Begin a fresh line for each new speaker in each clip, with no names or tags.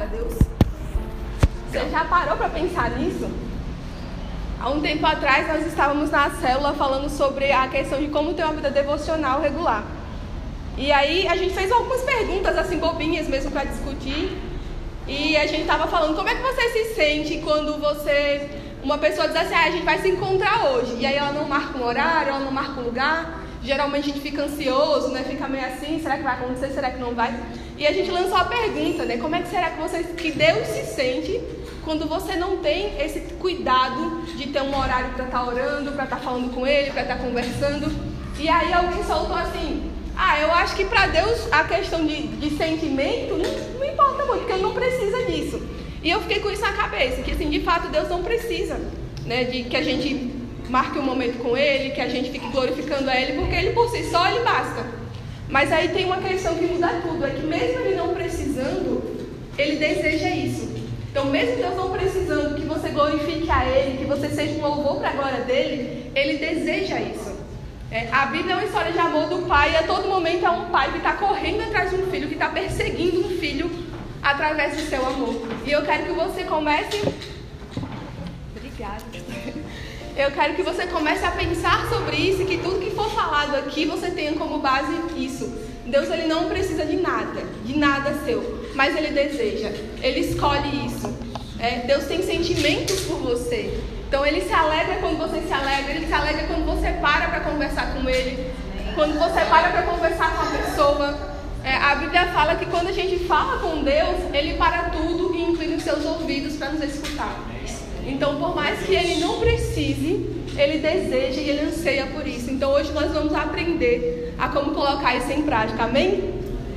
para Deus? Você já parou para pensar nisso? Há um tempo atrás nós estávamos na célula falando sobre a questão de como ter uma vida devocional regular. E aí a gente fez algumas perguntas assim bobinhas mesmo para discutir. E a gente estava falando como é que você se sente quando uma pessoa diz assim, a gente vai se encontrar hoje. E aí ela não marca um horário, ela não marca um lugar. Geralmente a gente fica ansioso, né? Fica meio assim, será que vai acontecer, será que não vai? E a gente lançou a pergunta, né? Como é que será que Deus se sente quando você não tem esse cuidado de ter um horário para estar orando, para estar falando com Ele, para estar conversando? E aí alguém soltou assim, eu acho que para Deus a questão de sentimento não importa muito, porque Ele não precisa disso. E eu fiquei com isso na cabeça, que assim, de fato Deus não precisa, né? De que a gente marque um momento com Ele, que a gente fique glorificando a Ele, porque Ele por si só, Ele basta. Mas aí tem uma questão que muda tudo, é que mesmo Ele não precisando, Ele deseja isso. Então mesmo Deus não precisando que você glorifique a Ele, que você seja um louvor para a glória dEle, Ele deseja isso. A Bíblia é uma história de amor do pai, e a todo momento é um pai que está correndo atrás de um filho, que está perseguindo um filho através do seu amor. E eu quero que você comece... Obrigada. Eu quero que você comece a pensar sobre isso e que tudo que for falado aqui você tenha como base isso. Deus, Ele não precisa de nada seu, mas Ele deseja, Ele escolhe isso. Deus tem sentimentos por você. Então Ele se alegra quando você se alegra, Ele se alegra quando você para conversar com Ele, quando você para conversar com a pessoa. A Bíblia fala que quando a gente fala com Deus, Ele para tudo e inclina os seus ouvidos para nos escutar. Então, por mais que Ele não precise, Ele deseja e Ele anseia por isso. Então, hoje nós vamos aprender a como colocar isso em prática. Amém?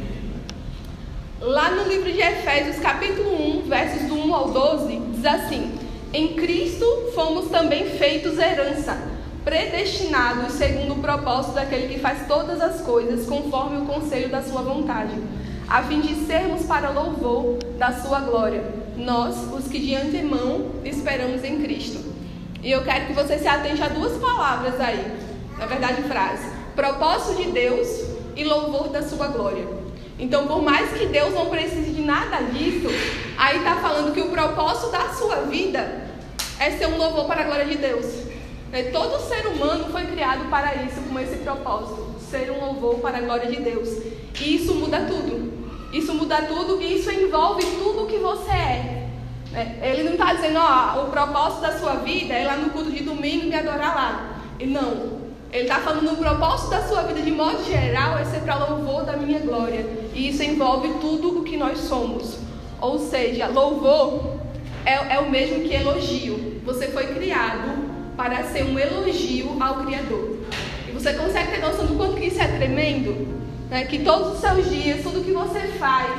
Lá no livro de Efésios, capítulo 1, versos do 1 ao 12, diz assim: em Cristo fomos também feitos herança, predestinados segundo o propósito daquele que faz todas as coisas conforme o conselho da sua vontade, a fim de sermos para louvor da sua glória. Nós, os que de antemão esperamos em Cristo. E eu quero que você se atente a duas palavras aí, na verdade frase: propósito de Deus e louvor da sua glória. Então, por mais que Deus não precise de nada disso, aí está falando que o propósito da sua vida é ser um louvor para a glória de Deus. Todo ser humano foi criado para isso, com esse propósito, ser um louvor para a glória de Deus. E isso muda tudo. Isso muda tudo e isso envolve tudo o que você é. Ele não está dizendo, o propósito da sua vida é ir lá no culto de domingo e me adorar lá. E não. Ele está falando o propósito da sua vida, de modo geral, é ser para louvor da minha glória. E isso envolve tudo o que nós somos. Ou seja, louvor é o mesmo que elogio. Você foi criado para ser um elogio ao Criador. E você consegue ter noção do quanto que isso é tremendo? Que todos os seus dias, tudo que você faz,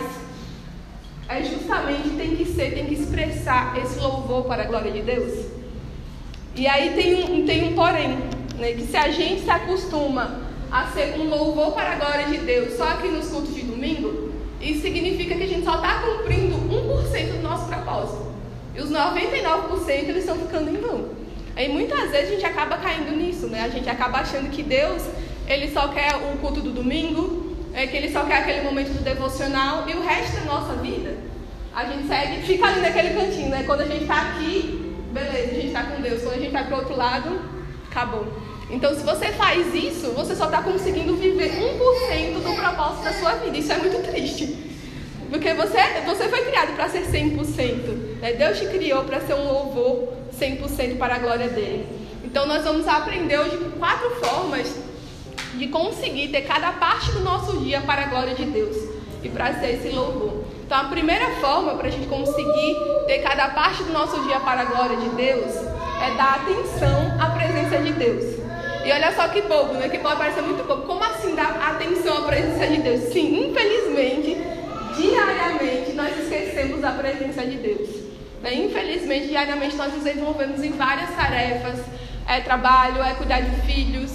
justamente tem que expressar esse louvor para a glória de Deus. E aí tem um porém, né? Que se a gente se acostuma a ser um louvor para a glória de Deus só aqui nos cultos de domingo, isso significa que a gente só está cumprindo 1% do nosso propósito. E os 99% eles estão ficando em vão. Aí muitas vezes a gente acaba caindo nisso, né? A gente acaba achando que Deus, Ele só quer o culto do domingo, que Ele só quer aquele momento do devocional, e o resto da nossa vida, a gente fica ali naquele cantinho, né? Quando a gente está aqui, beleza, a gente está com Deus. Quando a gente vai para o outro lado, acabou. Então, se você faz isso, você só está conseguindo viver 1% do propósito da sua vida. Isso é muito triste. Porque você foi criado para ser 100%. Né? Deus te criou para ser um louvor 100% para a glória dele. Então, nós vamos aprender hoje 4 formas de conseguir ter cada parte do nosso dia para a glória de Deus e para ser esse louvor. Então, a primeira forma para a gente conseguir ter cada parte do nosso dia para a glória de Deus é dar atenção à presença de Deus. E olha só que bobo, né? Que pode parecer muito bobo. Como assim dar atenção à presença de Deus? Sim, infelizmente, diariamente nós esquecemos a presença de Deus. Infelizmente, diariamente nós nos envolvemos em várias tarefas. Trabalho, cuidar de filhos,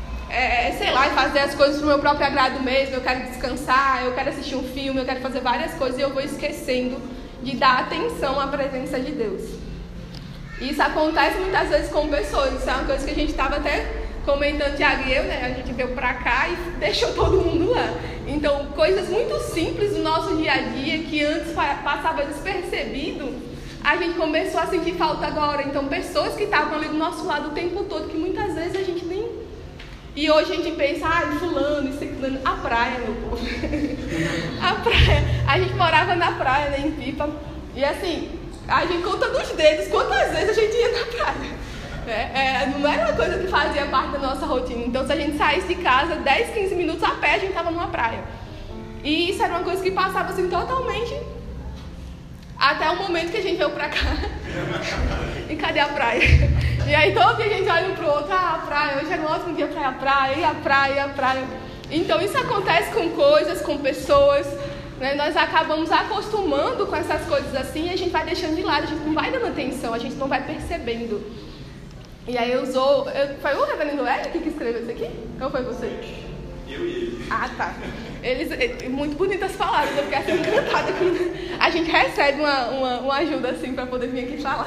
fazer as coisas pro meu próprio agrado mesmo. Eu quero descansar, eu quero assistir um filme, eu quero fazer várias coisas e eu vou esquecendo de dar atenção à presença de Deus. Isso acontece muitas vezes com pessoas. Isso é uma coisa que a gente estava até comentando, Thiago e eu, né? A gente veio pra cá e deixou todo mundo lá. Então, coisas muito simples do nosso dia a dia, que antes passava despercebido, a gente começou a sentir falta agora. Então, pessoas que estavam ali do nosso lado o tempo todo, que muitas vezes a gente nem... E hoje a gente pensa, fulano, isso aqui, fulano. A praia, meu povo. A praia. A gente morava na praia, né, em Pipa. E assim, a gente conta nos dedos quantas vezes a gente ia na praia. Não era uma coisa que fazia parte da nossa rotina. Então, se a gente saísse de casa 10, 15 minutos a pé, a gente estava numa praia. E isso era uma coisa que passava assim totalmente... Até o momento que a gente veio pra cá. E cadê a praia? E aí todo dia a gente olha um pro outro, a praia, hoje é um ótimo dia pra ir à praia, e a praia, e a praia. Então isso acontece com coisas, com pessoas, né? Nós acabamos acostumando com essas coisas assim e a gente vai deixando de lado, a gente não vai dando atenção, a gente não vai percebendo. E aí foi o reverendo Hélio que escreveu isso aqui? Ou foi você?
Eu e ele.
Ah, tá. Muito bonitas palavras, eu fiquei assim encantada quando a gente recebe uma ajuda assim para poder vir aqui falar.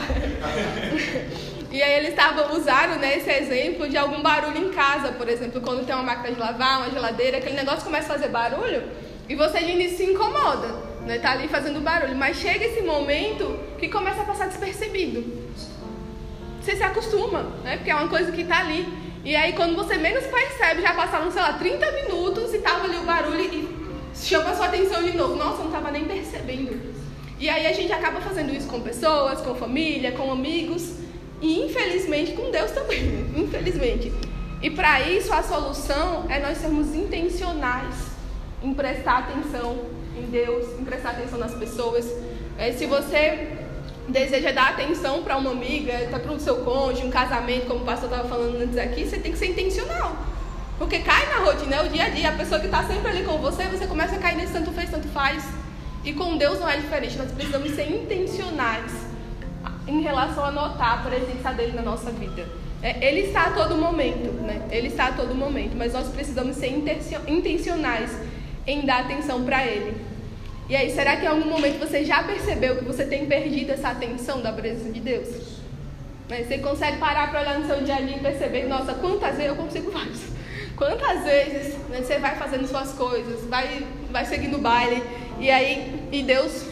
E aí eles usaram, né, esse exemplo de algum barulho em casa, por exemplo, quando tem uma máquina de lavar, uma geladeira, aquele negócio começa a fazer barulho e você de início se incomoda, né, tá ali fazendo barulho, mas chega esse momento que começa a passar despercebido. Você se acostuma, né, porque é uma coisa que tá ali. E aí, quando você menos percebe, já passaram, 30 minutos e tava ali o barulho e chama a sua atenção de novo. Nossa, eu não tava nem percebendo. E aí a gente acaba fazendo isso com pessoas, com família, com amigos e, infelizmente, com Deus também, né? Infelizmente. E para isso, a solução é nós sermos intencionais em prestar atenção em Deus, em prestar atenção nas pessoas. Se você deseja dar atenção para uma amiga, até para o seu cônjuge, um casamento, como o pastor estava falando antes aqui, você tem que ser intencional. Porque cai na rotina, é o dia a dia. A pessoa que está sempre ali com você, você começa a cair nesse tanto fez, tanto faz. E com Deus não é diferente. Nós precisamos ser intencionais em relação a notar a presença dele na nossa vida. Ele está a todo momento, né? Ele está a todo momento. Mas nós precisamos ser intencionais em dar atenção para ele. E aí, será que em algum momento você já percebeu que você tem perdido essa atenção da presença de Deus? Você consegue parar para olhar no seu dia a dia e perceber, nossa, quantas vezes eu consigo vários. Quantas vezes, né, você vai fazendo suas coisas, vai seguindo o baile, e Deus,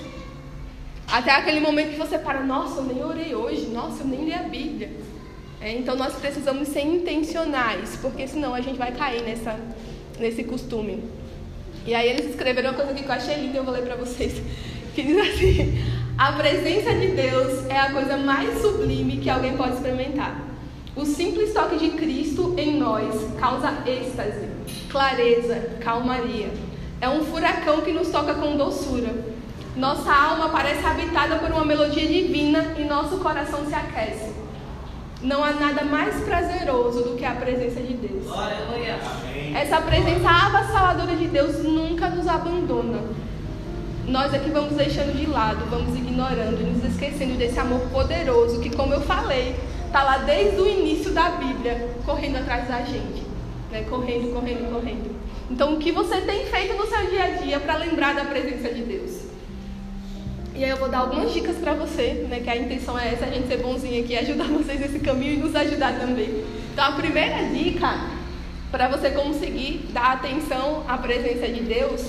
até aquele momento que você para, nossa, eu nem orei hoje, nossa, eu nem li a Bíblia. Então nós precisamos ser intencionais, porque senão a gente vai cair nesse costume. E aí eles escreveram uma coisa aqui que eu achei linda, eu vou ler para vocês, que diz assim: a presença de Deus é a coisa mais sublime que alguém pode experimentar. O simples toque de Cristo em nós causa êxtase, clareza, calmaria. É um furacão que nos toca com doçura. Nossa alma parece habitada por uma melodia divina e nosso coração se aquece. Não há nada mais prazeroso do que a presença de Deus.
Aleluia.
Essa presença avassaladora de Deus nunca nos abandona. Nós aqui vamos deixando de lado, vamos ignorando, nos esquecendo desse amor poderoso que, como eu falei, está lá desde o início da Bíblia, correndo atrás da gente, né? Correndo, correndo, correndo. Então, o que você tem feito no seu dia a dia para lembrar da presença de Deus? E aí eu vou dar algumas dicas para você, né? Que a intenção é essa, a gente ser bonzinho aqui, ajudar vocês nesse caminho e nos ajudar também. Então, a primeira dica para você conseguir dar atenção à presença de Deus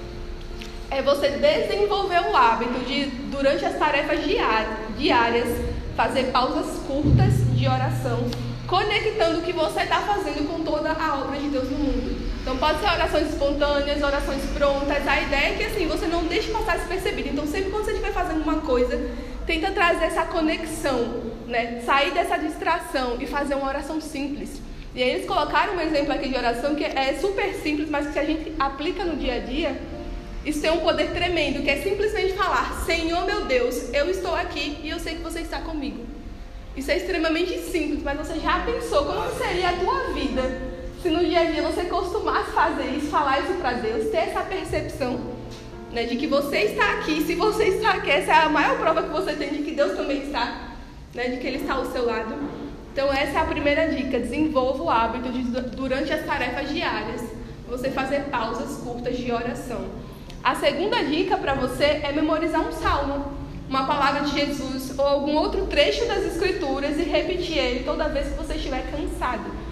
é você desenvolver o hábito de, durante as tarefas diárias, fazer pausas curtas de oração, conectando o que você está fazendo com toda a obra de Deus no mundo. Então pode ser orações espontâneas, orações prontas. A ideia é que assim, você não deixe passar despercebido. Então sempre quando você estiver fazendo uma coisa, tenta trazer essa conexão, né? Sair dessa distração e fazer uma oração simples. E aí eles colocaram um exemplo aqui de oração que é super simples, mas que se a gente aplica no dia a dia, isso tem um poder tremendo, que é simplesmente falar: Senhor meu Deus, eu estou aqui e eu sei que você está comigo. Isso é extremamente simples, mas você já pensou como seria a tua vida se no dia a dia você costumasse fazer isso, falar isso para Deus, ter essa percepção, né, de que você está aqui. Se você está aqui, essa é a maior prova que você tem de que Deus também está, né, de que Ele está ao seu lado. Então essa é a primeira dica: desenvolva o hábito de, durante as tarefas diárias, você fazer pausas curtas de oração. A segunda dica para você é memorizar um salmo, uma palavra de Jesus ou algum outro trecho das Escrituras e repetir ele toda vez que você estiver cansado.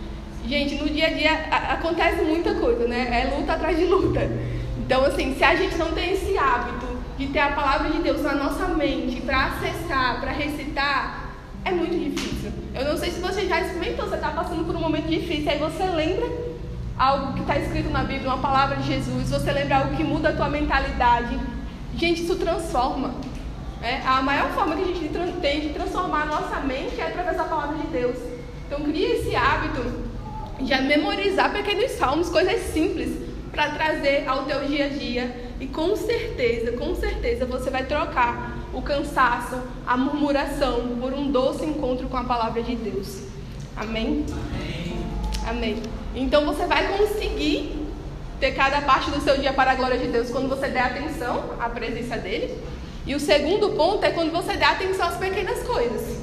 Gente, no dia a dia acontece muita coisa, né? É luta atrás de luta. Então, assim, se a gente não tem esse hábito de ter a palavra de Deus na nossa mente para acessar, para recitar, é muito difícil. Eu não sei se você já experimentou, você está passando por um momento difícil, aí você lembra algo que está escrito na Bíblia, uma palavra de Jesus, você lembra algo que muda a tua mentalidade. Gente, isso transforma. A maior forma que a gente tem de transformar a nossa mente é através da palavra de Deus. Então, cria esse hábito de memorizar pequenos salmos, coisas simples, para trazer ao teu dia a dia. E com certeza, você vai trocar o cansaço, a murmuração, por um doce encontro com a palavra de Deus. Amém? Amém. Então, você vai conseguir ter cada parte do seu dia para a glória de Deus quando você der atenção à presença dele. E o segundo ponto é quando você dá atenção às pequenas coisas.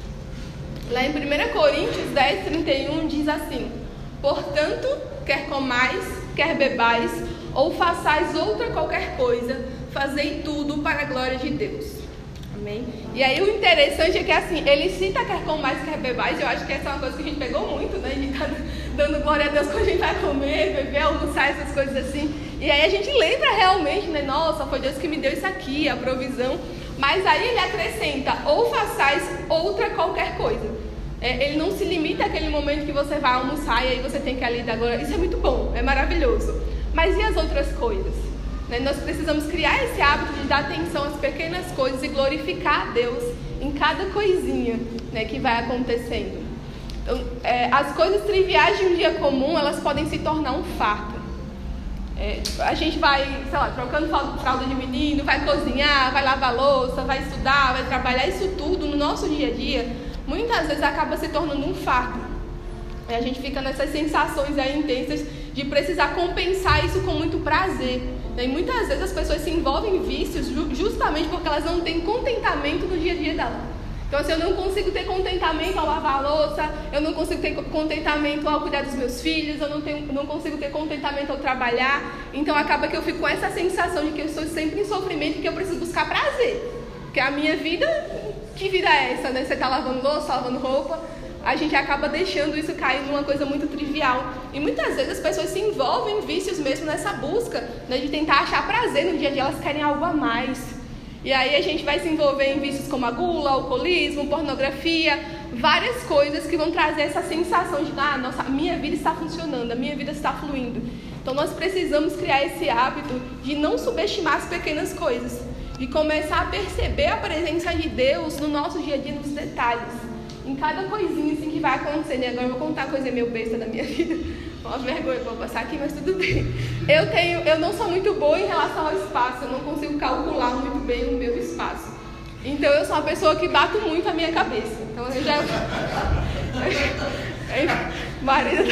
Lá em 1 Coríntios 10, 31 diz assim: portanto, quer comais, quer bebais, ou façais outra qualquer coisa, fazei tudo para a glória de Deus. Amém? E aí o interessante é que assim, ele cita quer comais, quer bebais. Eu acho que essa é uma coisa que a gente pegou muito, né? A gente tá dando glória a Deus quando a gente vai comer, beber, almoçar, essas coisas assim. E aí a gente lembra realmente, né? Nossa, foi Deus que me deu isso aqui, a provisão. Mas aí ele acrescenta, ou façais outra qualquer coisa. Ele não se limita àquele momento que você vai almoçar e aí você tem que ali dar glória. Isso é muito bom, é maravilhoso. Mas e as outras coisas? Nós precisamos criar esse hábito de dar atenção às pequenas coisas e glorificar a Deus em cada coisinha, né, que vai acontecendo. Então, as coisas triviais de um dia comum, elas podem se tornar um fardo. A gente vai, sei lá, trocando fralda de menino, vai cozinhar, vai lavar louça, vai estudar, vai trabalhar. Isso tudo no nosso dia a dia, muitas vezes acaba se tornando um fardo. A gente fica nessas sensações aí intensas de precisar compensar isso com muito prazer. E muitas vezes as pessoas se envolvem em vícios justamente porque elas não têm contentamento no dia a dia dela. Então, assim, eu não consigo ter contentamento ao lavar a louça, eu não consigo ter contentamento ao cuidar dos meus filhos, eu não consigo ter contentamento ao trabalhar. Então, acaba que eu fico com essa sensação de que eu estou sempre em sofrimento e que eu preciso buscar prazer. Porque a minha vida, que vida é essa, né? Você está lavando louça, lavando roupa, a gente acaba deixando isso cair numa coisa muito trivial. E muitas vezes as pessoas se envolvem em vícios mesmo nessa busca, né, de tentar achar prazer no dia a dia, elas querem algo a mais. E aí a gente vai se envolver em vícios como a gula, alcoolismo, pornografia, várias coisas que vão trazer essa sensação de nossa, a minha vida está funcionando, a minha vida está fluindo. Então nós precisamos criar esse hábito de não subestimar as pequenas coisas, de começar a perceber a presença de Deus no nosso dia a dia, nos detalhes, em cada coisinha assim que vai acontecendo. E agora eu vou contar uma coisa meio besta da minha vida, uma vergonha para passar aqui, mas tudo bem. Eu não sou muito boa em relação ao espaço, eu não consigo calcular muito bem o meu espaço. Então eu sou uma pessoa que bato muito a minha cabeça. Então eu já... Marisa...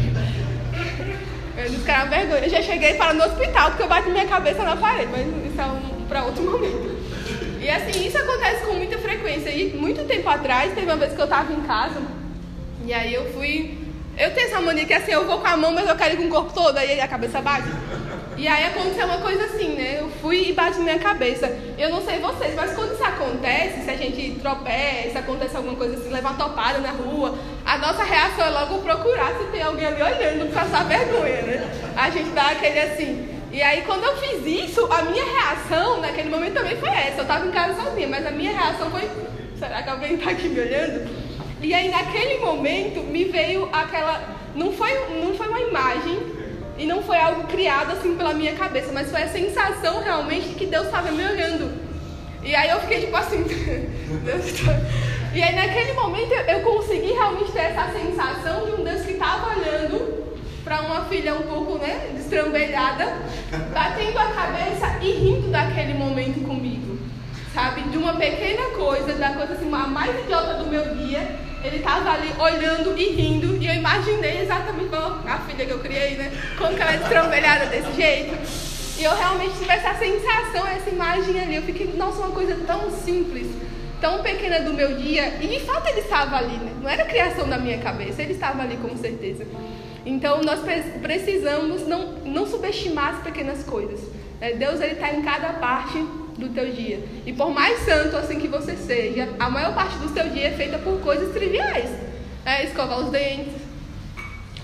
Eu disse que era uma vergonha. Eu já cheguei para no hospital porque eu bato minha cabeça na parede, mas isso é para outro momento. E assim, isso acontece com muita frequência. E muito tempo atrás, teve uma vez que eu estava em casa, e aí eu tenho essa mania que assim, eu vou com a mão, mas eu quero ir com o corpo todo, aí a cabeça bate. E aí aconteceu uma coisa assim, né? Eu fui e bati minha cabeça. Eu não sei vocês, mas quando isso acontece, se a gente tropeça, acontece alguma coisa assim, leva uma topada na rua, a nossa reação é logo procurar se tem alguém ali olhando, pra passar vergonha, né? A gente dá aquele assim... E aí quando eu fiz isso, a minha reação naquele momento também foi essa. Eu estava em casa sozinha, mas a minha reação foi: será que alguém está aqui me olhando? E aí naquele momento me veio aquela... Não foi uma imagem e não foi algo criado assim pela minha cabeça, mas foi a sensação realmente de que Deus estava me olhando. E aí eu fiquei tipo assim... Deus tá... E aí naquele momento eu consegui realmente ter essa sensação de um Deus que estava olhando para uma filha um pouco, né, destrambelhada, batendo a cabeça e rindo daquele momento comigo, sabe? De uma pequena coisa, da coisa assim, a mais idiota do meu dia, ele estava ali olhando e rindo, e eu imaginei exatamente a filha que eu criei, né, como que ela é destrambelhada desse jeito. E eu realmente tive essa sensação, essa imagem ali. Eu fiquei, nossa, uma coisa tão simples, tão pequena do meu dia, e de fato ele estava ali, né? Não era criação da minha cabeça, ele estava ali com certeza. Então nós precisamos não subestimar as pequenas coisas. Deus está em cada parte do teu dia. E por mais santo assim que você seja, a maior parte do teu dia é feita por coisas triviais. Escovar os dentes,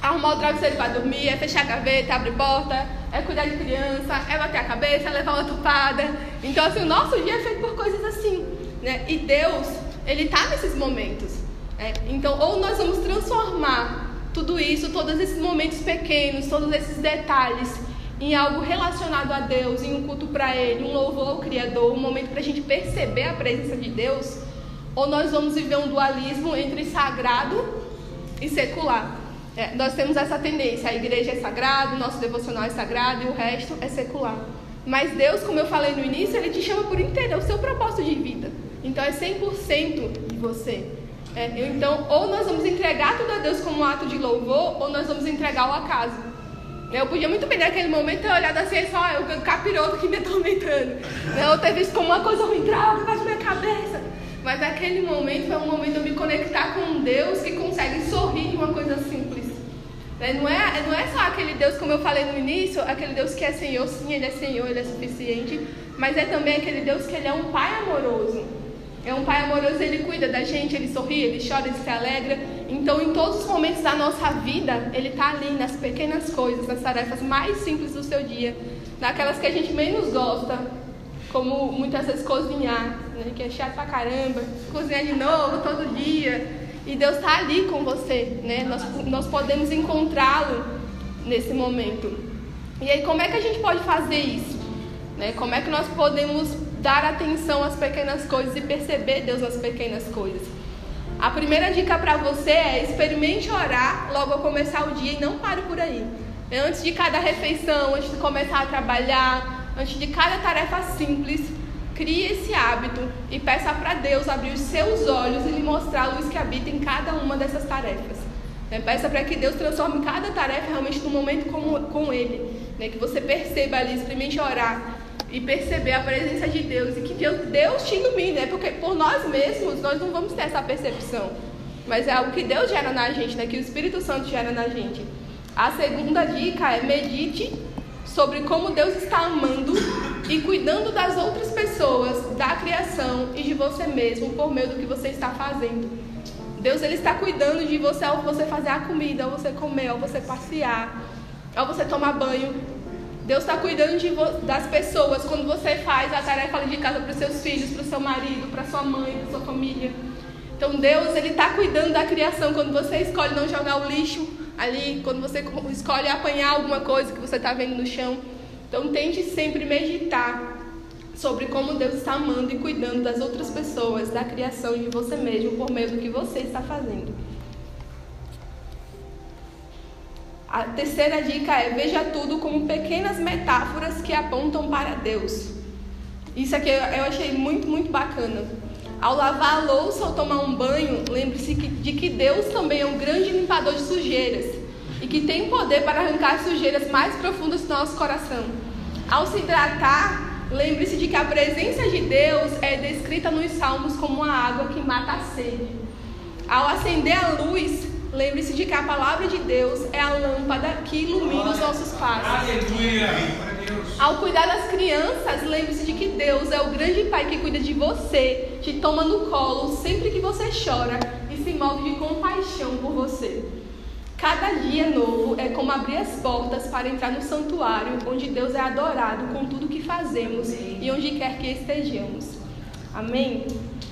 arrumar o travesseiro para dormir, é fechar a gaveta, abrir porta, é cuidar de criança, é bater a cabeça, é levar uma topada. Então, assim, o nosso dia é feito por coisas assim, né? E Deus, Ele está nesses momentos. Então, ou nós vamos transformar tudo isso, todos esses momentos pequenos, todos esses detalhes, em algo relacionado a Deus, em um culto para Ele, um louvor ao Criador, um momento para a gente perceber a presença de Deus, ou nós vamos viver um dualismo entre sagrado e secular. Nós temos essa tendência, a igreja é sagrada, o nosso devocional é sagrado e o resto é secular. Mas Deus, como eu falei no início, Ele te chama por inteiro, é o seu propósito de vida. Então é 100% de você. Então, ou nós vamos entregar tudo a Deus como um ato de louvor, ou nós vamos entregar o acaso. Eu podia muito bem naquele momento ter olhado assim e só o capiroto que me atormentando. Ou ter visto como uma coisa ruim entrava debaixo da minha cabeça. Mas naquele momento foi um momento de eu me conectar com um Deus que consegue sorrir de uma coisa simples. Não é só aquele Deus, como eu falei no início, aquele Deus que é Senhor, sim, Ele é Senhor, Ele é suficiente. Mas é também aquele Deus que Ele é um Pai amoroso. É um Pai amoroso, Ele cuida da gente, Ele sorri, Ele chora, Ele se alegra. Então, em todos os momentos da nossa vida, Ele está ali nas pequenas coisas, nas tarefas mais simples do seu dia, naquelas que a gente menos gosta, como muitas vezes cozinhar, né, que é chato pra caramba, cozinhar de novo todo dia. E Deus está ali com você, né? Nós podemos encontrá-lo nesse momento. E aí, como é que a gente pode fazer isso? Né? Como é que nós podemos dar atenção às pequenas coisas e perceber Deus nas pequenas coisas? A primeira dica para você é: experimente orar logo ao começar o dia e não pare por aí. Antes de cada refeição, antes de começar a trabalhar, antes de cada tarefa simples, crie esse hábito e peça para Deus abrir os seus olhos e lhe mostrar a luz que habita em cada uma dessas tarefas. Peça para que Deus transforme cada tarefa realmente num momento com Ele. Que você perceba ali, experimente orar e perceber a presença de Deus, e que Deus te ilumine, né? Porque por nós mesmos nós não vamos ter essa percepção, mas é algo que Deus gera na gente, né? Que o Espírito Santo gera na gente. A segunda dica é: medite sobre como Deus está amando e cuidando das outras pessoas, da criação e de você mesmo por meio do que você está fazendo. Deus, Ele está cuidando de você ao você fazer a comida, ao você comer, ao você passear, ao você tomar banho. Deus está cuidando das pessoas quando você faz a tarefa de casa para os seus filhos, para o seu marido, para a sua mãe, para a sua família. Então Deus, Ele está cuidando da criação quando você escolhe não jogar o lixo ali, quando você escolhe apanhar alguma coisa que você está vendo no chão. Então tente sempre meditar sobre como Deus está amando e cuidando das outras pessoas, da criação e de você mesmo por meio do que você está fazendo. A terceira dica é: veja tudo como pequenas metáforas que apontam para Deus. Isso aqui eu achei muito, muito bacana. Ao lavar a louça ou tomar um banho, lembre-se de que Deus também é um grande limpador de sujeiras e que tem poder para arrancar as sujeiras mais profundas do nosso coração. Ao se hidratar, lembre-se de que a presença de Deus é descrita nos Salmos como a água que mata a sede. Ao acender a luz, lembre-se de que a palavra de Deus é a lâmpada que ilumina os nossos passos.
Aleluia!
Ao cuidar das crianças, lembre-se de que Deus é o grande Pai que cuida de você, te toma no colo sempre que você chora e se move de compaixão por você. Cada dia novo é como abrir as portas para entrar no santuário, onde Deus é adorado com tudo que fazemos e onde quer que estejamos. Amém?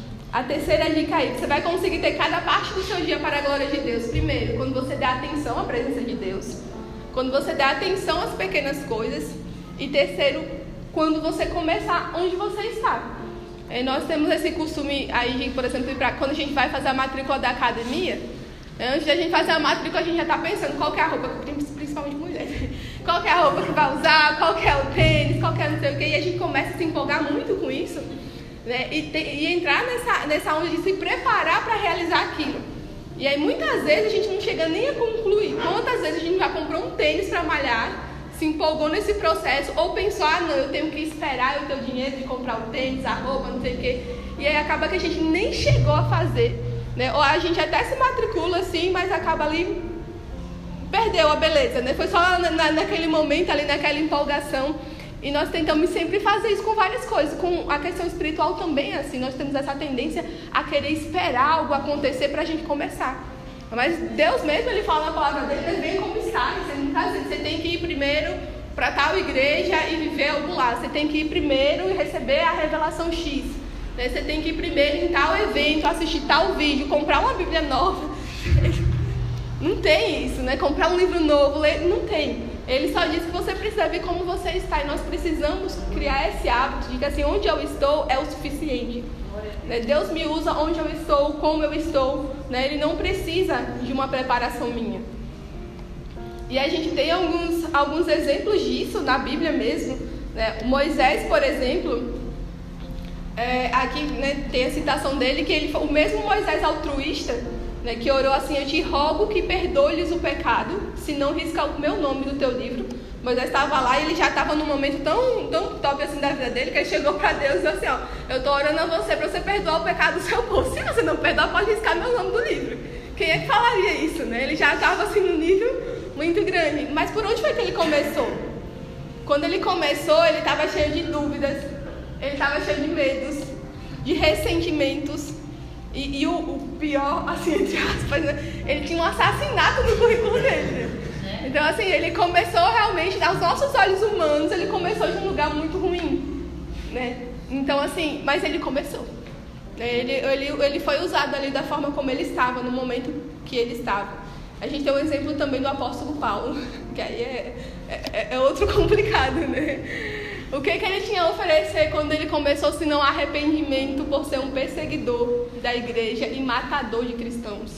A terceira dica aí: você vai conseguir ter cada parte do seu dia para a glória de Deus. Primeiro, quando você der atenção à presença de Deus. Quando você der atenção às pequenas coisas. E terceiro, quando você começar onde você está. Nós temos esse costume aí de, por exemplo, quando a gente vai fazer a matrícula da academia, antes de a gente fazer a matrícula, a gente já está pensando qual que é a roupa, principalmente mulher, qual que é a roupa que vai usar, qual que é o tênis, qual que é não sei o quê, e a gente começa a se empolgar muito com isso, né? E entrar nessa onda de se preparar para realizar aquilo. E aí muitas vezes a gente não chega nem a concluir. Quantas vezes a gente já comprou um tênis para malhar, se empolgou nesse processo, ou pensou: não, eu tenho que esperar eu ter o dinheiro de comprar o tênis, a roupa, não sei o quê. E aí acaba que a gente nem chegou a fazer, né? Ou a gente até se matricula assim, mas acaba ali, perdeu a beleza, né? Foi só naquele momento ali, naquela empolgação. E nós tentamos sempre fazer isso com várias coisas. Com a questão espiritual também, assim, nós temos essa tendência a querer esperar algo acontecer para a gente começar. Mas Deus mesmo, ele fala na palavra dele, vem como está. Você tem que ir primeiro para tal igreja e viver algo lá. Você tem que ir primeiro e receber a revelação X. Você tem que ir primeiro em tal evento, assistir tal vídeo, comprar uma Bíblia nova. Não tem isso, né? Comprar um livro novo, ler, não tem. Ele só diz que você precisa ver como você está. E nós precisamos criar esse hábito de que assim, onde eu estou é o suficiente. Deus me usa onde eu estou, como eu estou. Ele não precisa de uma preparação minha. E a gente tem alguns exemplos disso na Bíblia mesmo. Moisés, por exemplo, aqui tem a citação dele, que ele foi o mesmo Moisés altruísta, que orou assim: eu te rogo que perdoe-lhes o pecado, se não risca o meu nome do teu livro. Moisés estava lá e ele já estava num momento tão top assim da vida dele, que ele chegou para Deus e disse assim: ó, eu estou orando a você para você perdoar o pecado do seu povo. Se você não perdoar, pode riscar meu nome do livro. Quem é que falaria isso, né? Ele já estava assim num nível muito grande. Mas por onde foi que ele começou? Quando ele começou, ele estava cheio de dúvidas, ele estava cheio de medos, de ressentimentos. E o pior, assim, entre aspas, ele tinha um assassinato no currículo dele. Então, assim, ele começou realmente, aos nossos olhos humanos, ele começou de um lugar muito ruim, né? Então, assim, mas ele começou. Ele foi usado ali da forma como ele estava, no momento que ele estava. A gente tem um exemplo também do apóstolo Paulo, que aí é outro complicado, né? O que ele tinha a oferecer quando ele começou, se não arrependimento por ser um perseguidor da igreja e matador de cristãos?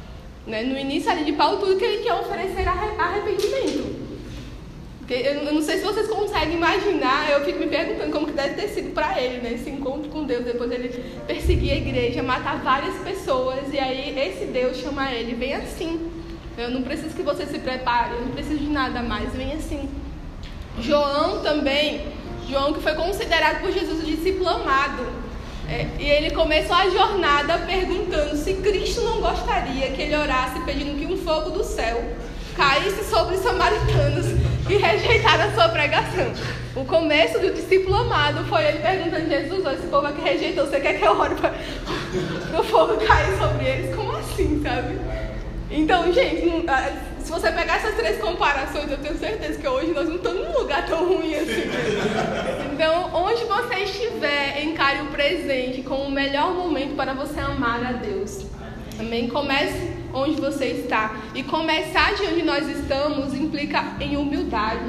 No início ali de Paulo, tudo que ele tinha a oferecer era arrependimento. Porque eu não sei se vocês conseguem imaginar, eu fico me perguntando como que deve ter sido para ele, esse encontro com Deus. Depois ele perseguir a igreja, matar várias pessoas, e aí esse Deus chama ele: vem assim. Eu não preciso que você se prepare, eu não preciso de nada mais, vem assim. João também, João que foi considerado por Jesus o discípulo amado, e ele começou a jornada perguntando se Cristo não gostaria que ele orasse pedindo que um fogo do céu caísse sobre os samaritanos que rejeitaram a sua pregação. O começo do discípulo amado foi ele perguntando: Jesus, esse povo aqui rejeitou, você quer que eu ore para o fogo cair sobre eles? Como assim, sabe? Então, gente, se você pegar essas três comparações, eu tenho certeza que hoje nós não estamos num lugar tão ruim assim. Então, onde você estiver, encare o presente como o melhor momento para você amar a Deus. Amém? Comece onde você está. E começar de onde nós estamos implica em humildade.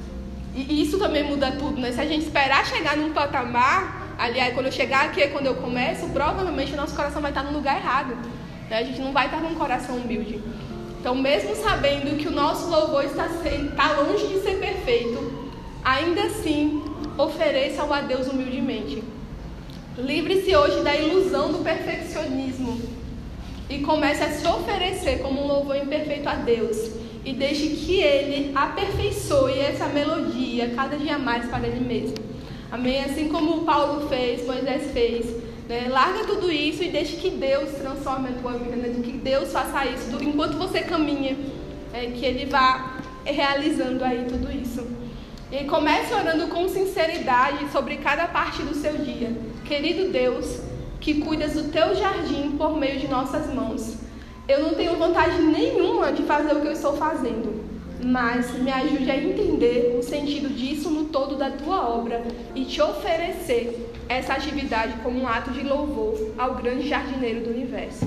E isso também muda tudo, né? Se a gente esperar chegar num patamar, aliás, quando eu chegar aqui é quando eu começo, provavelmente o nosso coração vai estar no lugar errado. A gente não vai estar com um coração humilde. Então, mesmo sabendo que o nosso louvor está longe de ser perfeito, ainda assim, ofereça-o a Deus humildemente. Livre-se hoje da ilusão do perfeccionismo e comece a se oferecer como um louvor imperfeito a Deus. E deixe que Ele aperfeiçoe essa melodia cada dia mais para Ele mesmo. Amém? Assim como Paulo fez, Moisés fez. Larga tudo isso e deixe que Deus transforme a tua vida, que Deus faça isso enquanto você caminha, que Ele vá realizando aí tudo isso. E comece orando com sinceridade sobre cada parte do seu dia. Querido Deus, que cuidas do teu jardim por meio de nossas mãos, eu não tenho vontade nenhuma de fazer o que eu estou fazendo, mas me ajude a entender o sentido disso no todo da tua obra e te oferecer essa atividade como um ato de louvor ao grande jardineiro do universo.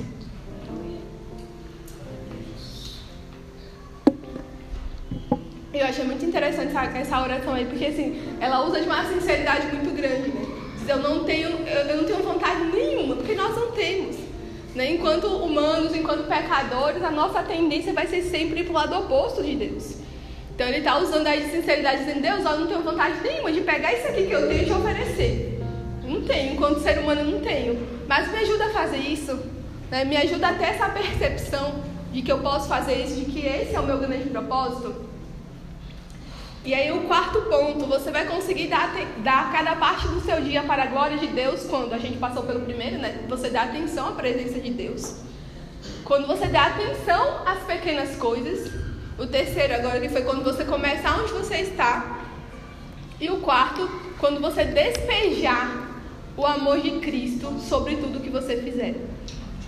Eu achei muito interessante essa oração aí, porque assim, ela usa de uma sinceridade muito grande, né? Diz, eu não tenho vontade nenhuma, porque nós não temos. Enquanto humanos, enquanto pecadores, a nossa tendência vai ser sempre ir para o lado oposto de Deus. Então ele está usando aí de sinceridade, dizendo: Deus, eu não tenho vontade nenhuma de pegar isso aqui que eu tenho e te oferecer. Não tenho, enquanto ser humano não tenho. Mas me ajuda a fazer isso, me ajuda a ter essa percepção de que eu posso fazer isso, de que esse é o meu grande propósito. E aí o quarto ponto, você vai conseguir dar cada parte do seu dia para a glória de Deus quando a gente passou pelo primeiro, você dá atenção à presença de Deus. Quando você dá atenção às pequenas coisas. O terceiro agora, que foi quando você começa onde você está. E o quarto, quando você despejar o amor de Cristo sobre tudo que você fizer.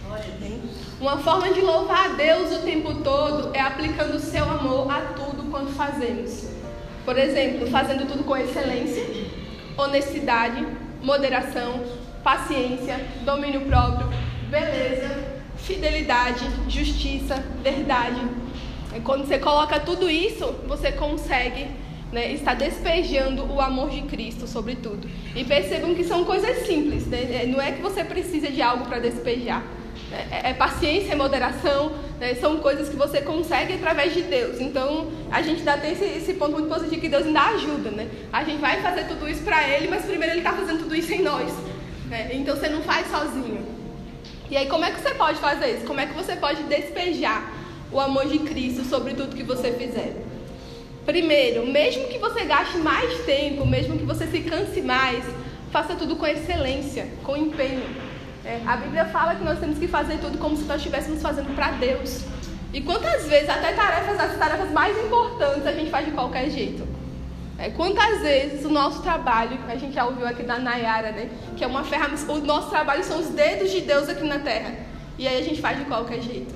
Uma forma de louvar a Deus o tempo todo é aplicando o seu amor a tudo quanto fazemos. Por exemplo, fazendo tudo com excelência, honestidade, moderação, paciência, domínio próprio, beleza, fidelidade, justiça, verdade. E quando você coloca tudo isso, você consegue, está despejando o amor de Cristo sobre tudo. E percebam que são coisas simples, não é que você precisa de algo para despejar. É paciência, é moderação, são coisas que você consegue através de Deus. Então, a gente ainda tem esse ponto muito positivo que Deus ainda ajuda, A gente vai fazer tudo isso para Ele, mas primeiro Ele está fazendo tudo isso em nós, Então, você não faz sozinho. E aí, como é que você pode fazer isso? Como é que você pode despejar o amor de Cristo sobre tudo que você fizer? Primeiro, mesmo que você gaste mais tempo, mesmo que você se canse mais, faça tudo com excelência, com empenho. A Bíblia fala que nós temos que fazer tudo como se nós estivéssemos fazendo para Deus. E quantas vezes, até as tarefas mais importantes, a gente faz de qualquer jeito. Quantas vezes o nosso trabalho, a gente já ouviu aqui da Nayara, que é uma ferramenta, o nosso trabalho são os dedos de Deus aqui na terra. E aí a gente faz de qualquer jeito.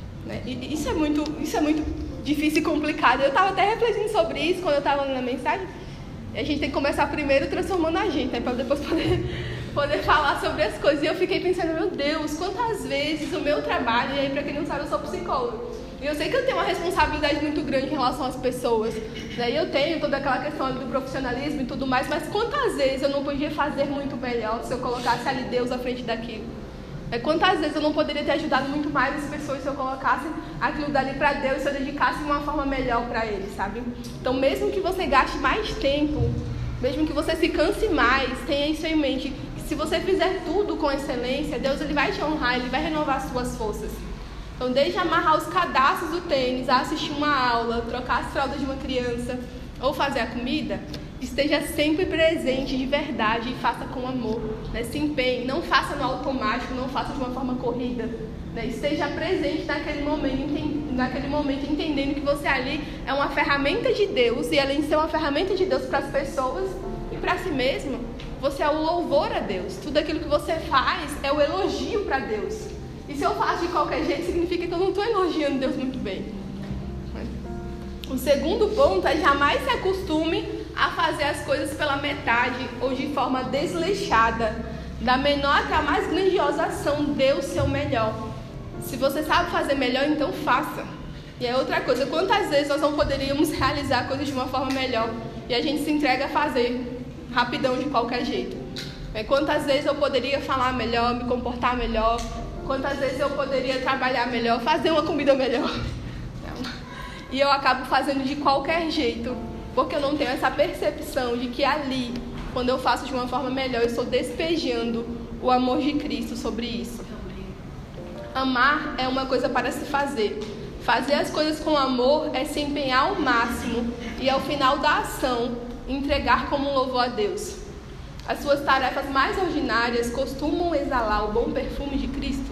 E isso é muito difícil e complicado. Eu estava até refletindo sobre isso quando eu estava na mensagem. E a gente tem que começar primeiro transformando a gente, para depois poder falar sobre as coisas. E eu fiquei pensando, meu Deus, quantas vezes o meu trabalho, e aí para quem não sabe, eu sou psicóloga, e eu sei que eu tenho uma responsabilidade muito grande em relação às pessoas, e eu tenho toda aquela questão do profissionalismo e tudo mais, mas quantas vezes eu não podia fazer muito melhor se eu colocasse ali Deus à frente daquilo? Quantas vezes eu não poderia ter ajudado muito mais as pessoas se eu colocasse aquilo dali para Deus, se eu dedicasse de uma forma melhor para Ele, sabe? Então, mesmo que você gaste mais tempo, mesmo que você se canse mais, tenha isso em mente. Se você fizer tudo com excelência, Deus Ele vai te honrar, Ele vai renovar as suas forças. Então, desde amarrar os cadastros do tênis, a assistir uma aula, trocar as fraldas de uma criança ou fazer a comida, esteja sempre presente de verdade e faça com amor. Se empenhe, não faça no automático, não faça de uma forma corrida. Esteja presente naquele momento, entendendo que você ali é uma ferramenta de Deus, e além de ser uma ferramenta de Deus para as pessoas e para si mesmo, você é o louvor a Deus. Tudo aquilo que você faz é o elogio para Deus. E se eu faço de qualquer jeito, significa que eu não estou elogiando Deus muito bem. O segundo ponto é: jamais se acostume a fazer as coisas pela metade ou de forma desleixada. Da menor até a mais grandiosa ação, dê o seu melhor. Se você sabe fazer melhor, então faça. E é outra coisa, quantas vezes nós não poderíamos realizar coisas de uma forma melhor e a gente se entrega a fazer rapidão de qualquer jeito? Quantas vezes eu poderia falar melhor, me comportar melhor? Quantas vezes eu poderia trabalhar melhor, fazer uma comida melhor? E eu acabo fazendo de qualquer jeito, porque eu não tenho essa percepção de que ali, quando eu faço de uma forma melhor, eu estou despejando o amor de Cristo sobre isso. Amar é uma coisa para se fazer. Fazer as coisas com amor é se empenhar ao máximo e, ao final da ação, entregar como um louvor a Deus. As suas tarefas mais ordinárias costumam exalar o bom perfume de Cristo?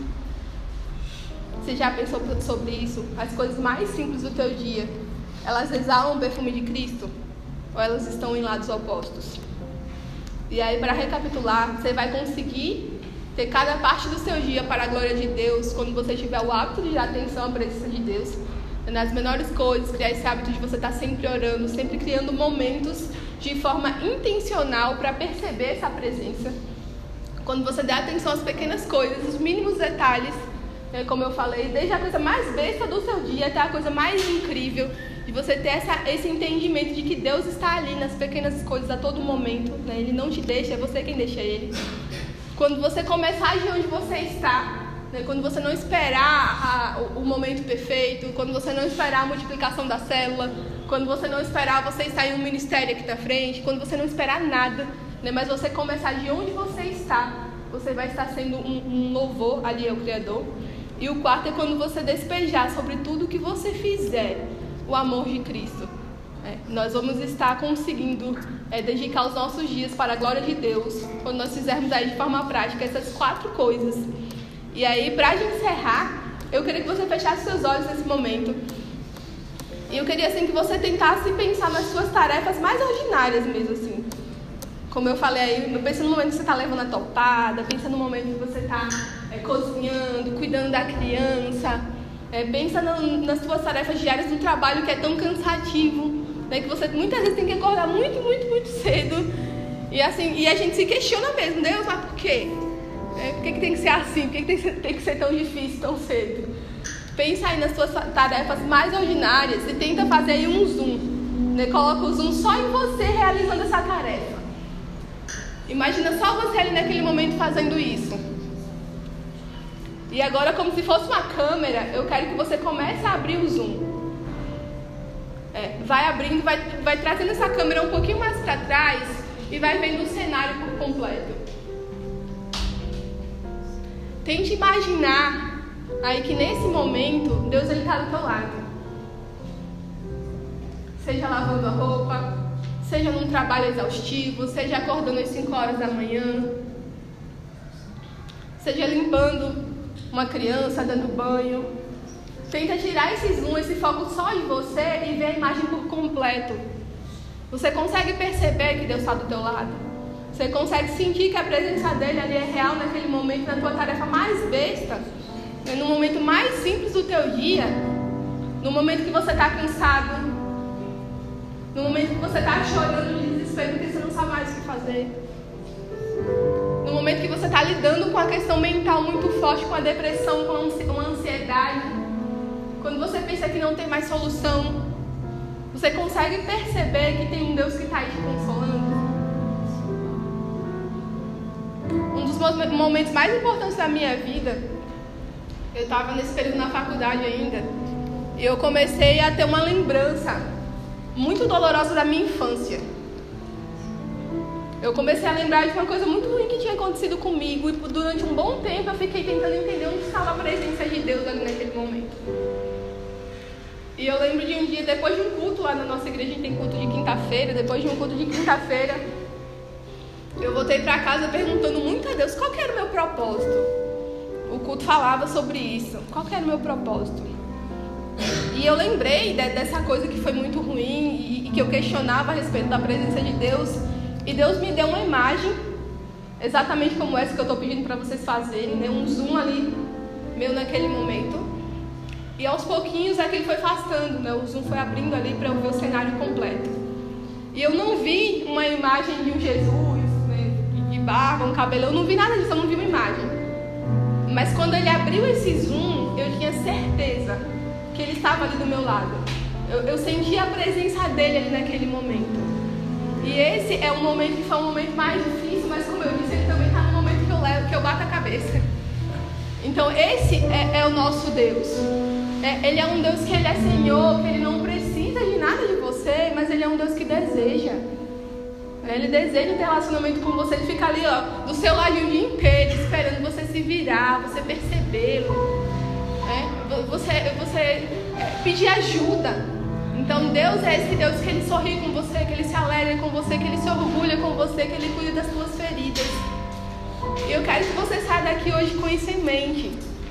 Você já pensou sobre isso? As coisas mais simples do teu dia, elas exalam o perfume de Cristo? Ou elas estão em lados opostos? E aí, para recapitular, você vai conseguir ter cada parte do seu dia para a glória de Deus quando você tiver o hábito de dar atenção à presença de Deus, nas menores coisas, criar esse hábito de você estar sempre orando, sempre criando momentos de forma intencional para perceber essa presença. Quando você der atenção às pequenas coisas, os mínimos detalhes, como eu falei, desde a coisa mais besta do seu dia até a coisa mais incrível, de você ter esse entendimento de que Deus está ali nas pequenas coisas a todo momento, Ele não te deixa, é você quem deixa Ele. Quando você começar de onde você está, quando você não esperar o momento perfeito, quando você não esperar a multiplicação da célula, quando você não esperar você estar em um ministério aqui na frente, quando você não esperar nada, mas você começar de onde você está, você vai estar sendo um louvor ali ao Criador. E o quarto é quando você despejar sobre tudo que você fizer o amor de Cristo. Nós vamos estar conseguindo dedicar os nossos dias para a glória de Deus, quando nós fizermos aí de forma prática essas 4 coisas. E aí, para encerrar, eu queria que você fechasse seus olhos nesse momento. E eu queria assim que você tentasse pensar nas suas tarefas mais ordinárias mesmo, assim. Como eu falei aí, pensa no momento que você está levando a topada, pensa no momento que você está cozinhando, cuidando da criança. Pensa nas suas tarefas diárias do trabalho, que é tão cansativo, né, que você muitas vezes tem que acordar muito, muito, muito cedo. E a gente se questiona mesmo, Deus, mas por quê? Por que tem que ser assim? Por que tem que ser tão difícil, tão cedo? Pensa aí nas suas tarefas mais ordinárias e tenta fazer aí um zoom, né? Coloca o zoom só em você realizando essa tarefa. Imagina só você ali naquele momento fazendo isso. E agora, como se fosse uma câmera, eu quero que você comece a abrir o zoom. Vai abrindo, vai trazendo essa câmera um pouquinho mais para trás e vai vendo o cenário por completo. Tente imaginar aí que nesse momento Deus está do teu lado. Seja lavando a roupa, seja num trabalho exaustivo, seja acordando às 5 horas da manhã, seja limpando uma criança, dando banho. Tenta tirar esse zoom, esse foco só em você e ver a imagem por completo. Você consegue perceber que Deus está do teu lado? Você consegue sentir que a presença dele ali é real naquele momento, na tua tarefa mais besta, no momento mais simples do teu dia, no momento que você está cansado, no momento que você está chorando de desespero porque você não sabe mais o que fazer, no momento que você está lidando com a questão mental muito forte, com a depressão, com a ansiedade, quando você pensa que não tem mais solução, você consegue perceber que tem um Deus que está aí te consolando? Um dos momentos mais importantes da minha vida, eu estava nesse período na faculdade ainda, e eu comecei a ter uma lembrança muito dolorosa da minha infância. Eu comecei a lembrar de uma coisa muito ruim que tinha acontecido comigo, e durante um bom tempo eu fiquei tentando entender onde estava a presença de Deus ali naquele momento. E eu lembro de um dia, depois de um culto lá na nossa igreja, a gente tem culto de quinta-feira, depois de um culto de quinta-feira, eu voltei para casa perguntando muito a Deus qual que era o meu propósito. O culto falava sobre isso, qual que era o meu propósito. E eu lembrei dessa coisa que foi muito ruim e que eu questionava a respeito da presença de Deus. E Deus me deu uma imagem, exatamente como essa que eu estou pedindo para vocês fazerem, né? Um zoom ali, meu naquele momento. E aos pouquinhos aquilo foi afastando, né? O zoom foi abrindo ali para eu ver o cenário completo. E eu não vi uma imagem de um Jesus, né? De barba, um cabelo, eu não vi nada disso, eu não vi uma imagem. Mas quando ele abriu esse zoom, eu tinha certeza que ele estava ali do meu lado. Eu senti a presença dele ali naquele momento. E esse é um momento que foi um momento mais difícil, mas como eu disse, ele também está no momento que eu bato a cabeça. Então esse é o nosso Deus. Ele é um Deus que ele é Senhor, que ele não precisa de nada de você, mas ele é um Deus que deseja. Ele deseja ter relacionamento com você. Ele fica ali, ó, do seu ladinho o dia inteiro, esperando você se virar, você percebê-lo, você pedir ajuda. Então Deus é esse Deus que ele sorri com você, que ele se alegra com você, que ele se orgulha com você, que ele cuida das suas feridas. E eu quero que você saia daqui hoje com isso em mente.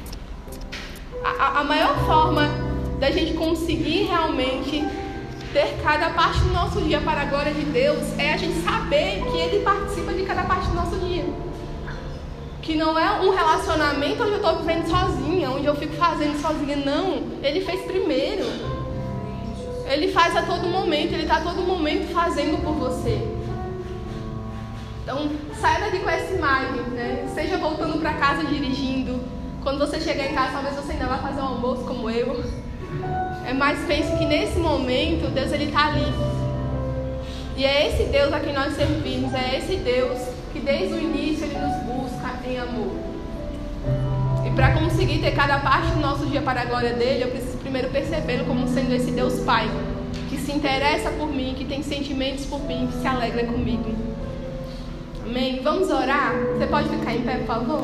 A maior forma da gente conseguir realmente ter cada parte do nosso dia para a glória de Deus é a gente saber que ele participa de cada parte do nosso dia. Que não é um relacionamento onde eu estou vivendo sozinha, onde eu fico fazendo sozinha. Não, ele fez primeiro. Ele faz a todo momento, ele está a todo momento fazendo por você. Então, saia daqui com essa imagem, né? Seja voltando para casa dirigindo. Quando você chegar em casa, talvez você ainda vá fazer um almoço como eu. Mas pense que nesse momento, Deus ele está ali. E é esse Deus a quem nós servimos. É esse Deus que desde o início ele nos busca em amor. E para conseguir ter cada parte do nosso dia para a glória dele, eu preciso primeiro percebê-lo como sendo esse Deus Pai, que se interessa por mim, que tem sentimentos por mim, que se alegra comigo. Amém? Vamos orar? Você pode ficar em pé, por favor?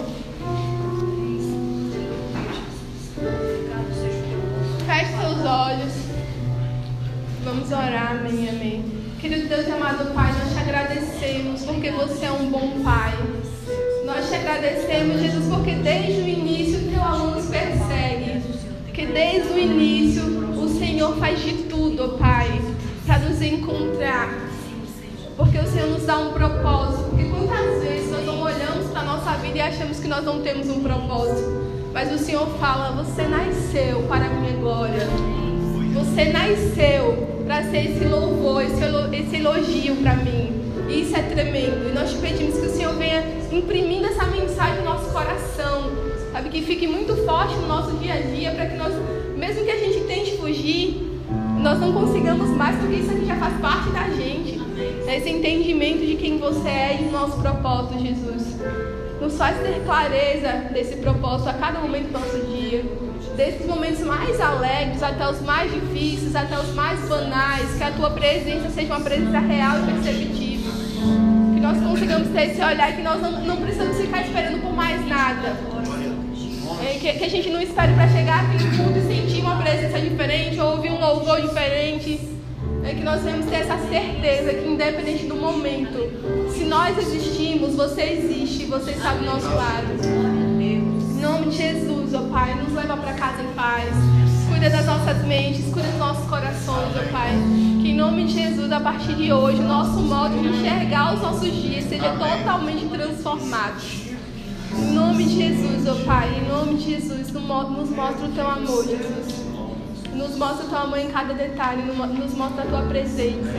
Feche seus olhos. Vamos orar, amém, amém. Querido Deus e amado Pai, nós te agradecemos porque você é um bom Pai. Nós te agradecemos, Jesus, porque desde o início o teu amor nos persegue. Que desde o início o Senhor faz de tudo, Pai, para nos encontrar. Porque o Senhor nos dá um propósito. Porque quantas vezes nós não olhamos para a nossa nossa vida e achamos que nós não temos um propósito. Mas o Senhor fala: você nasceu para a minha glória. Você nasceu para ser esse louvor, esse elogio para mim. E isso é tremendo. E nós te pedimos que o Senhor venha imprimindo essa mensagem no nosso coração. Sabe, que fique muito forte no nosso dia a dia, para que nós, mesmo que a gente tente fugir, nós não consigamos mais, porque isso aqui já faz parte da gente. Esse entendimento de quem você é e o nosso propósito, Jesus. Nos faz ter clareza desse propósito a cada momento do nosso dia. Desses momentos mais alegres até os mais difíceis, até os mais banais. Que a tua presença seja uma presença real e perceptível. Que nós consigamos ter esse olhar e que nós não precisamos ficar esperando por mais nada. Que a gente não espere para chegar aqui no culto e sentir uma presença diferente ou ouvir um louvor diferente. Que nós devemos ter essa certeza que, independente do momento, se nós existimos, você existe, você está do nosso lado. Em nome de Jesus, ó Pai, nos leva para casa em paz. Cuida das nossas mentes, cuida dos nossos corações, ó Pai. Que em nome de Jesus, a partir de hoje, o nosso modo de enxergar os nossos dias seja totalmente transformado. Em nome de Jesus, ó Pai, em nome de Jesus, nos mostra o teu amor, Jesus. Nos mostra o teu amor em cada detalhe, nos mostra a tua presença.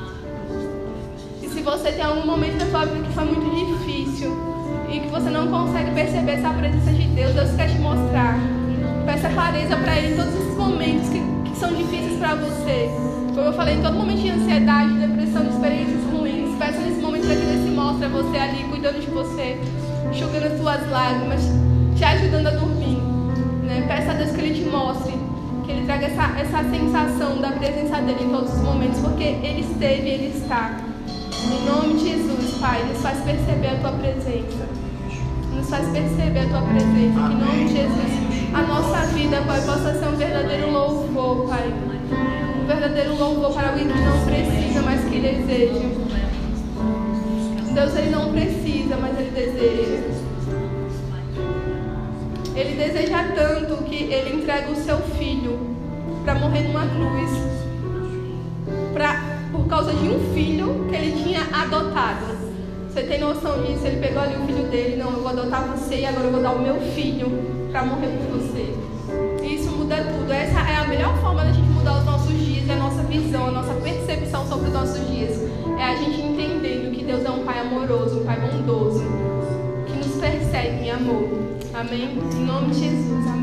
E se você tem algum momento da tua vida que foi muito difícil e que você não consegue perceber essa presença de Deus, Deus quer te mostrar. Peça clareza para Ele em todos esses momentos que são difíceis para você. Como eu falei, em todo momento de ansiedade, depressão, de experiências ruins, peça nesse momento para que Deus se mostre a você ali, cuidando de você, enxugando as tuas lágrimas, te ajudando a dormir. Né? Peça a Deus que Ele te mostre, que Ele traga essa sensação da presença dEle em todos os momentos, porque Ele esteve e Ele está. Em nome de Jesus, Pai, nos faz perceber a Tua presença. Nos faz perceber a Tua presença. Que em nome de Jesus, a nossa vida, Pai, possa ser um verdadeiro louvor, Pai. Um verdadeiro louvor para alguém que não precisa, mas que deseja. Deus, Ele não precisa, mas Ele deseja. Ele deseja tanto que Ele entrega o seu filho para morrer numa cruz, por causa de um filho que Ele tinha adotado. Você tem noção disso? Ele pegou ali o filho dele: não, eu vou adotar você e agora eu vou dar o meu filho para morrer por você. E isso muda tudo. Essa é a melhor forma da gente mudar os nossos dias, a nossa visão, a nossa percepção sobre os nossos dias. É a gente entendendo que Deus é um Pai amoroso, um Pai bondoso, que nos persegue em amor. Amém? Em nome de Jesus. Amém.